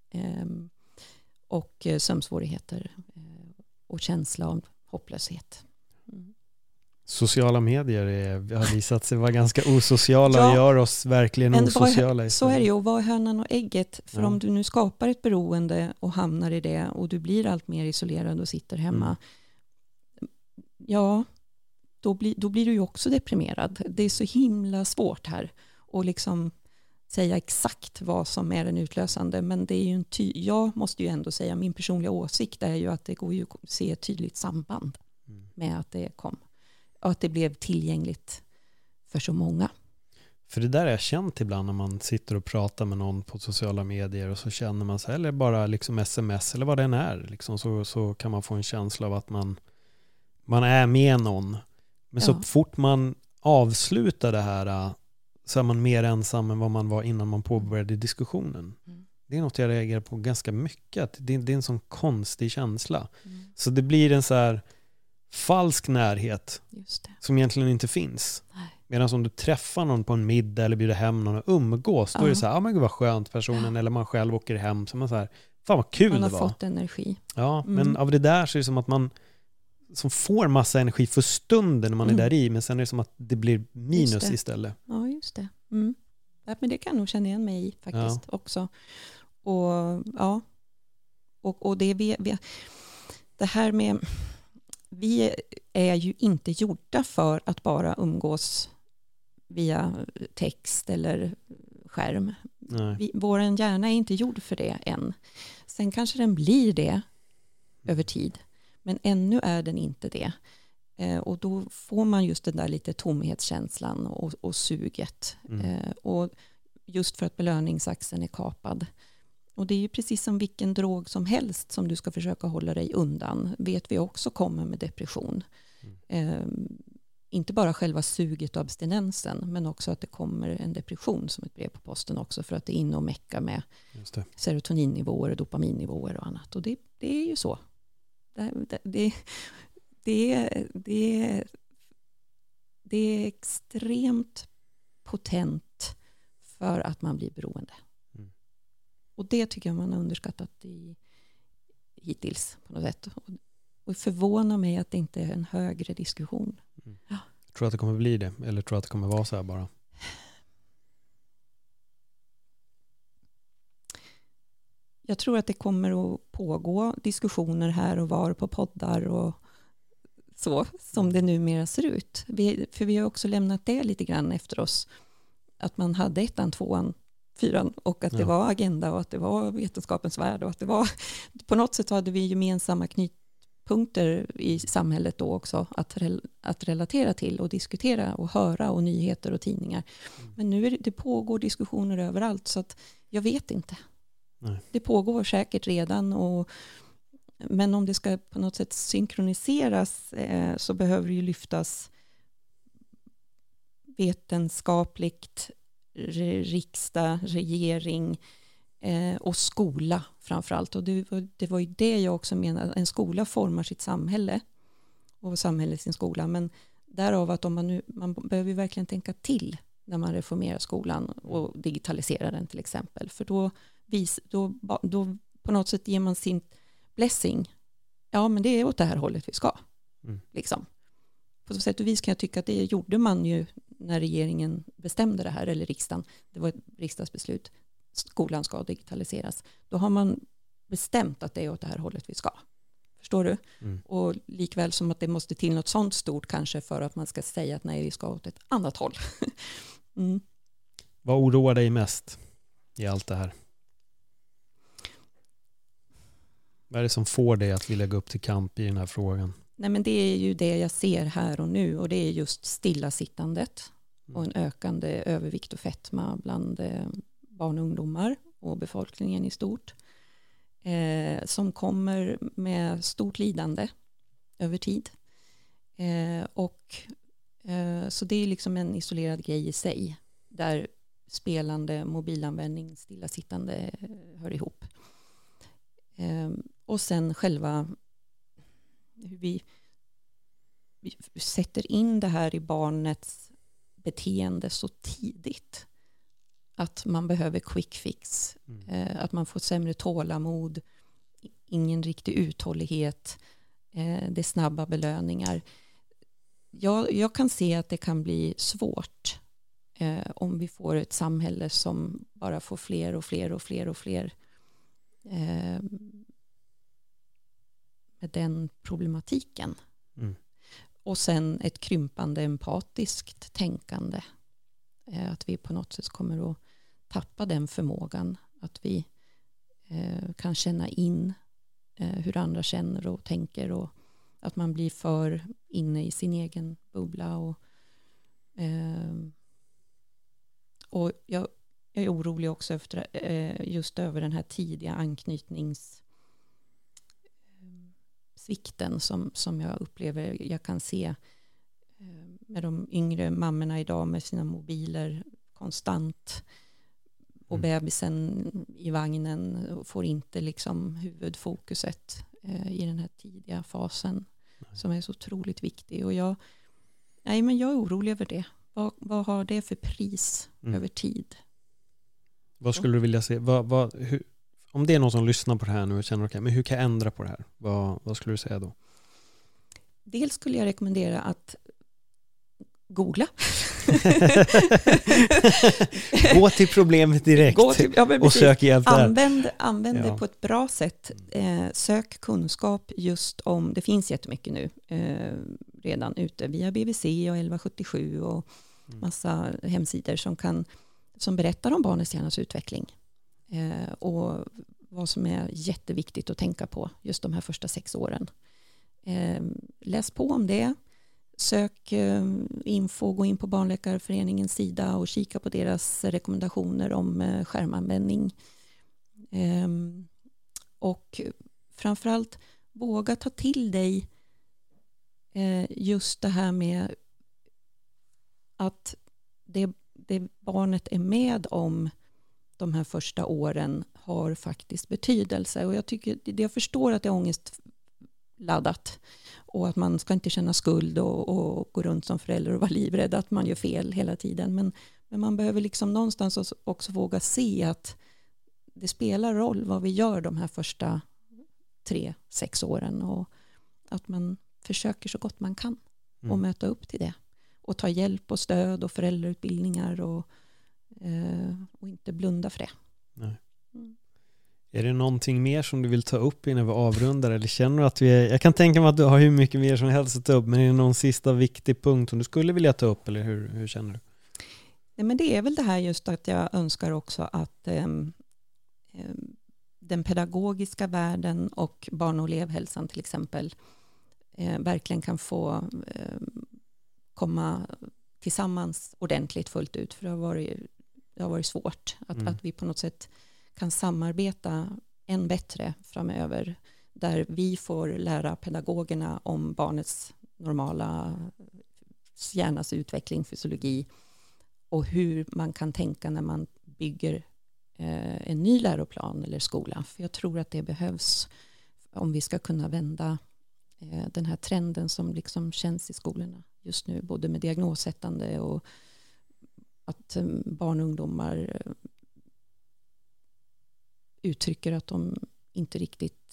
Och sömnsvårigheter och känsla av hopplöshet. Sociala medier har visat sig vara ganska osociala och gör oss verkligen osociala. Så är det ju, vad är hönan och ägget? För om du nu skapar ett beroende och hamnar i det och du blir allt mer isolerad och sitter hemma, då blir du ju också deprimerad. Det är så himla svårt här att liksom säga exakt vad som är den utlösande, men det är ju jag måste ju ändå säga, min personliga åsikt är ju att det går ju att se ett tydligt samband med att det kom. Och att det blev tillgängligt för så många. För det där är jag känt ibland när man sitter och pratar med någon på sociala medier och så känner man sig, eller bara liksom sms eller vad det än är, liksom, så kan man få en känsla av att man är med någon. Men så fort man avslutar det här så är man mer ensam än vad man var innan man påbörjade diskussionen. Det är något jag reagerar på ganska mycket. Att det är en sån konstig känsla. Så det blir en så här falsk närhet som egentligen inte finns. Medan om du träffar någon på en middag eller bjuder hem någon och umgås, då är det så här, men gud vad skönt personen, eller man själv åker hem, så man så här, fan vad kul det var. Man har fått energi. Ja, men av det där så är det som att man som får massa energi för stunden när man är där i, men sen är det som att det blir minus istället. Ja, just det. Ja, men det kan nog känna igen mig i faktiskt också. Och det här med, vi är ju inte gjorda för att bara umgås via text eller skärm. Vår hjärna är inte gjord för det än. Sen kanske den blir det över tid. Men ännu är den inte det. Och då får man just den där lite tomhetskänslan och suget. Och just för att belöningsaxeln är kapad. Och det är ju precis som vilken drog som helst som du ska försöka hålla dig undan. Vet vi också kommer med depression. Inte bara själva suget och abstinensen, men också att det kommer en depression som ett brev på posten också, för att det är inne och mecka med serotoninnivåer och dopaminnivåer och annat. Och det är ju så. Det är extremt potent för att man blir beroende. Och det tycker jag man har underskattat hittills på något sätt. Och förvånar mig att det inte är en högre diskussion. Ja. Tror du att det kommer bli det? Eller tror du att det kommer vara så här bara? Jag tror att det kommer att pågå diskussioner här och var på poddar och så som det numera ser ut. För vi har också lämnat det lite grann efter oss. Att man hade 1, 2, 4 och att det var Agenda och att det var Vetenskapens värld och att det var, på något sätt hade vi gemensamma knutpunkter i samhället då också att relatera till och diskutera och höra och nyheter och tidningar. Men nu det pågår diskussioner överallt, så att jag vet inte. Nej. Det pågår säkert redan, men om det ska på något sätt synkroniseras så behöver det ju lyftas vetenskapligt, riksdag, regering och skola framförallt. Och det var ju det jag också menade. En skola formar sitt samhälle och samhället sin skola. Men Därav att man behöver verkligen tänka till när man reformerar skolan och digitaliserar den till exempel. För då på något sätt ger man sin blessing. Ja, men det är åt det här hållet vi ska. Liksom. På så sätt och vis kan jag tycka att det gjorde man ju när regeringen bestämde det här, eller riksdagen. Det var ett riksdagsbeslut. Skolan ska digitaliseras. Då har man bestämt att det är åt det här hållet vi ska. Förstår du? Och likväl som att det måste till något sånt stort kanske för att man ska säga att nej, vi ska åt ett annat håll. Vad oroar dig mest i allt det här? Vad är det som får dig att vilja gå upp till kamp i den här frågan? Nej, men det är ju det jag ser här och nu, och det är just stillasittandet och en ökande övervikt och fetma bland barn och ungdomar och befolkningen i stort, som kommer med stort lidande över tid. Så det är liksom en isolerad grej i sig, där spelande, mobilanvändning, stillasittande hör ihop. Och sen själva hur vi sätter in det här i barnets beteende så tidigt att man behöver quick fix, att man får sämre tålamod, ingen riktig uthållighet, det är snabba belöningar. Jag kan se att det kan bli svårt om vi får ett samhälle som bara får fler och fler och fler och fler med den problematiken. Och sen ett krympande empatiskt tänkande. Att vi på något sätt kommer att tappa den förmågan. Att vi kan känna in hur andra känner och tänker. Och att man blir för inne i sin egen bubbla. Och jag är orolig också efter, just över den här tidiga anknytningssvikten som jag upplever. Jag kan se med de yngre mammorna idag med sina mobiler konstant, och bebisen i vagnen får inte liksom huvudfokuset i den här tidiga fasen som är så otroligt viktig. Och jag är orolig över det. Vad har det för pris över tid? Vad skulle du vilja se? Om det är någon som lyssnar på det här nu och känner okej, men hur kan jag ändra på det här? Vad skulle du säga då? Dels skulle jag rekommendera att googla. Gå till problemet direkt och sök hjälp där. Använd det på ett bra sätt. Sök kunskap just om, det finns jättemycket nu redan ute via BVC och 1177 och massa hemsidor som berättar om barnets hjärnas utveckling. Och vad som är jätteviktigt att tänka på just de här första 6 åren. Läs på om det. Sök info, gå in på Barnläkarföreningens sida och kika på deras rekommendationer om skärmanvändning. Och framförallt våga ta till dig just det här med att det barnet är med om de här första åren har faktiskt betydelse. Och jag förstår att det är ångestladdat och att man ska inte känna skuld och gå runt som förälder och vara livrädd att man gör fel hela tiden. Men man behöver liksom någonstans också våga se att det spelar roll vad vi gör de här första 3-6 åren, och att man försöker så gott man kan och möta upp till det. Och ta hjälp och stöd och föräldrautbildningar och inte blunda för det. Nej. Är det någonting mer som du vill ta upp innan vi avrundar, eller känner du att jag kan tänka mig att du har hur mycket mer som helst att ta upp, men är det någon sista viktig punkt som du skulle vilja ta upp, eller hur känner du? Nej, men det är väl det här just att jag önskar också att den pedagogiska världen och barn- och elevhälsan till exempel verkligen kan få komma tillsammans ordentligt fullt ut, för det har varit svårt att vi på något sätt kan samarbeta än bättre framöver, där vi får lära pedagogerna om barnets normala hjärnas utveckling, fysiologi, och hur man kan tänka när man bygger en ny läroplan eller skola. För jag tror att det behövs om vi ska kunna vända den här trenden som liksom känns i skolorna just nu, både med diagnossättande och att barn och ungdomar uttrycker att de inte riktigt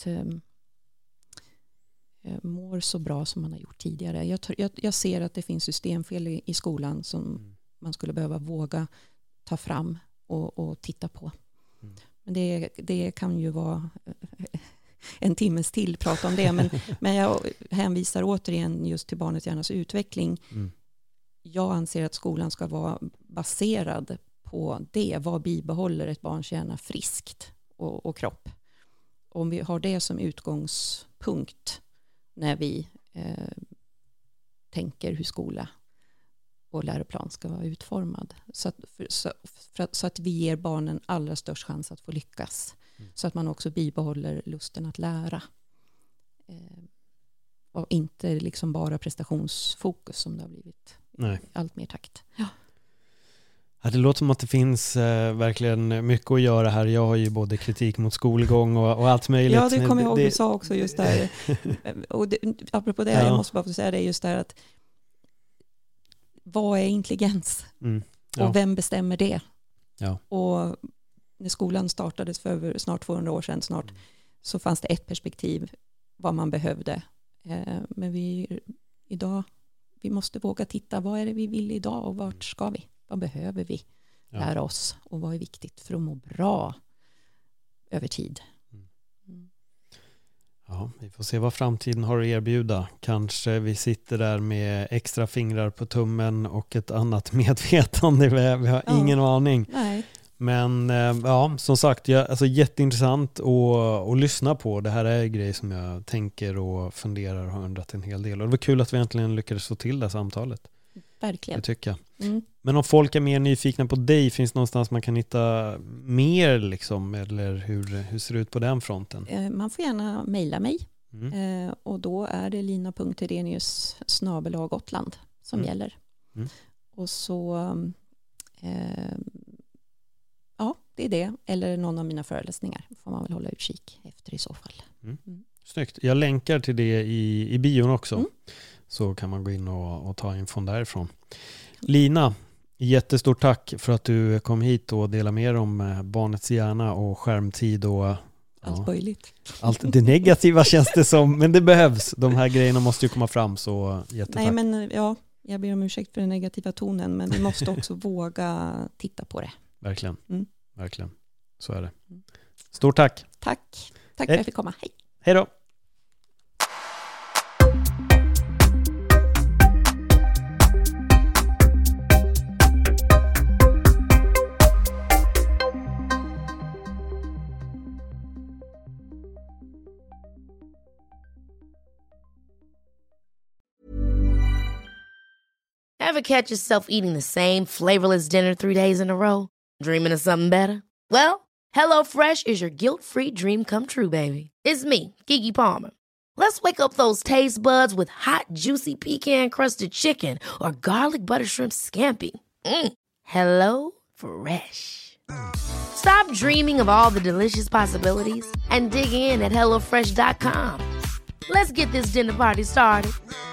mår så bra som man har gjort tidigare. Jag ser att det finns systemfel i skolan som man skulle behöva våga ta fram och titta på. Men det kan ju vara en timmes till prata om det. Men jag hänvisar återigen just till barnets hjärnas utveckling. Jag anser att skolan ska vara baserad på det. Vad bibehåller ett barns hjärna friskt och kropp? Om vi har det som utgångspunkt när vi tänker hur skola och läroplan ska vara utformad. Så att vi ger barnen allra störst chans att få lyckas. Så att man också bibehåller lusten att lära. Och inte liksom bara prestationsfokus som det har blivit. Nej. Allt mer takt. Ja, det låter som att det finns verkligen mycket att göra här. Jag har ju både kritik mot skolgång och allt möjligt. Ja, det kommer jag ihåg du sa också just där. Och apropå det, jag måste bara få säga det just där att vad är intelligens? Och vem bestämmer det? Ja. Och när skolan startades för snart 200 år sedan så fanns det ett perspektiv vad man behövde. Men idag vi måste våga titta, vad är det vi vill idag och vart ska vi? Vad behöver vi lära oss och vad är viktigt för att må bra över tid? Ja, vi får se vad framtiden har att erbjuda. Kanske vi sitter där med extra fingrar på tummen och ett annat medvetande. Vi har ingen aning. Nej. Men som sagt, alltså jätteintressant att lyssna på. Det här är grejer som jag tänker och funderar och har undrat en hel del. Och det var kul att vi äntligen lyckades få till det samtalet. Verkligen. Det tycker jag. Men om folk är mer nyfikna på dig, finns det någonstans man kan hitta mer liksom, eller hur ser det ut på den fronten? Man får gärna mejla mig och då är det lina.hedenius@gotland som gäller. Och så det är det. Eller någon av mina föreläsningar får man väl hålla utkik efter i så fall. Snyggt. Jag länkar till det i bion också. Så kan man gå in och ta infon därifrån. Lina, jättestort tack för att du kom hit och delade med dig om barnets hjärna och skärmtid och allt möjligt. Allt det negativa känns det som, men det behövs. De här grejerna måste ju komma fram, så jättetack. Nej, men jag ber om ursäkt för den negativa tonen, men vi måste också våga titta på det. Verkligen. Verkligen. Så är det. Stort tack. Tack för att jag fick komma. Hej. Hej då. Ever catch yourself eating the same flavorless dinner 3 days in a row? Dreaming of something better? Well, HelloFresh is your guilt-free dream come true, baby. It's me, Keke Palmer. Let's wake up those taste buds with hot, juicy pecan-crusted chicken or garlic butter shrimp scampi. Hello Fresh. Stop dreaming of all the delicious possibilities and dig in at HelloFresh.com. Let's get this dinner party started.